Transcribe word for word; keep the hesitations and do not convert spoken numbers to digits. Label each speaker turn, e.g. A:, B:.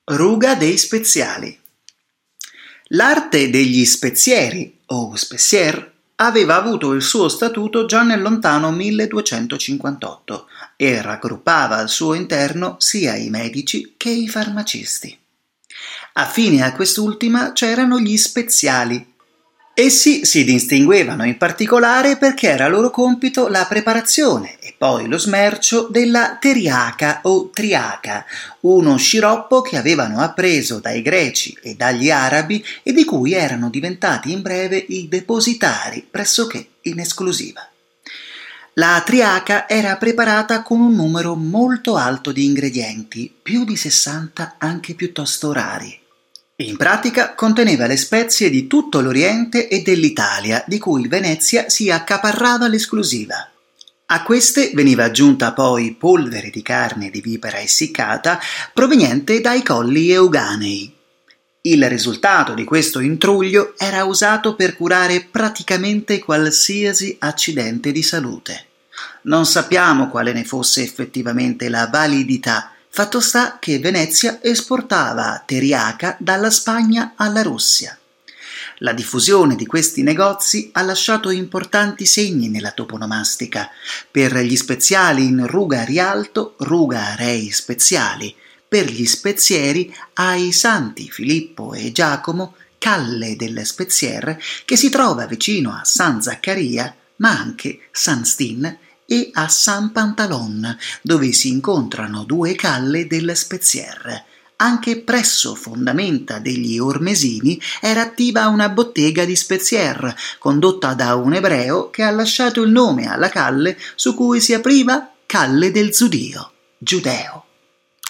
A: Ruga dei speziali. L'arte degli spezieri, o spessier, aveva avuto il suo statuto già nel lontano milleduecentocinquantotto e raggruppava al suo interno sia i medici che i farmacisti. Affine a quest'ultima c'erano gli speziali. Essi si distinguevano in particolare perché era loro compito la preparazione e poi lo smercio della teriaca o triaca, uno sciroppo che avevano appreso dai greci e dagli arabi e di cui erano diventati in breve i depositari pressoché in esclusiva. La triaca era preparata con un numero molto alto di ingredienti, più di sessanta anche piuttosto rari. In pratica conteneva le spezie di tutto l'Oriente e dell'Italia, di cui Venezia si accaparrava l'esclusiva. A queste veniva aggiunta poi polvere di carne di vipera essiccata proveniente dai colli euganei. Il risultato di questo intruglio era usato per curare praticamente qualsiasi accidente di salute. Non sappiamo quale ne fosse effettivamente la validità. Fatto sta che Venezia esportava teriaca dalla Spagna alla Russia. La diffusione di questi negozi ha lasciato importanti segni nella toponomastica. Per gli speziali in Ruga Rialto, Ruga Rei Speziali. Per gli spezieri ai Santi Filippo e Giacomo, Calle del Spezier, che si trova vicino a San Zaccaria, ma anche San Stin e a San Pantalon, dove si incontrano due calle del Spezier. Anche presso fondamenta degli Ormesini era attiva una bottega di spezier, condotta da un ebreo che ha lasciato il nome alla calle su cui si apriva Calle del Zudio, giudeo.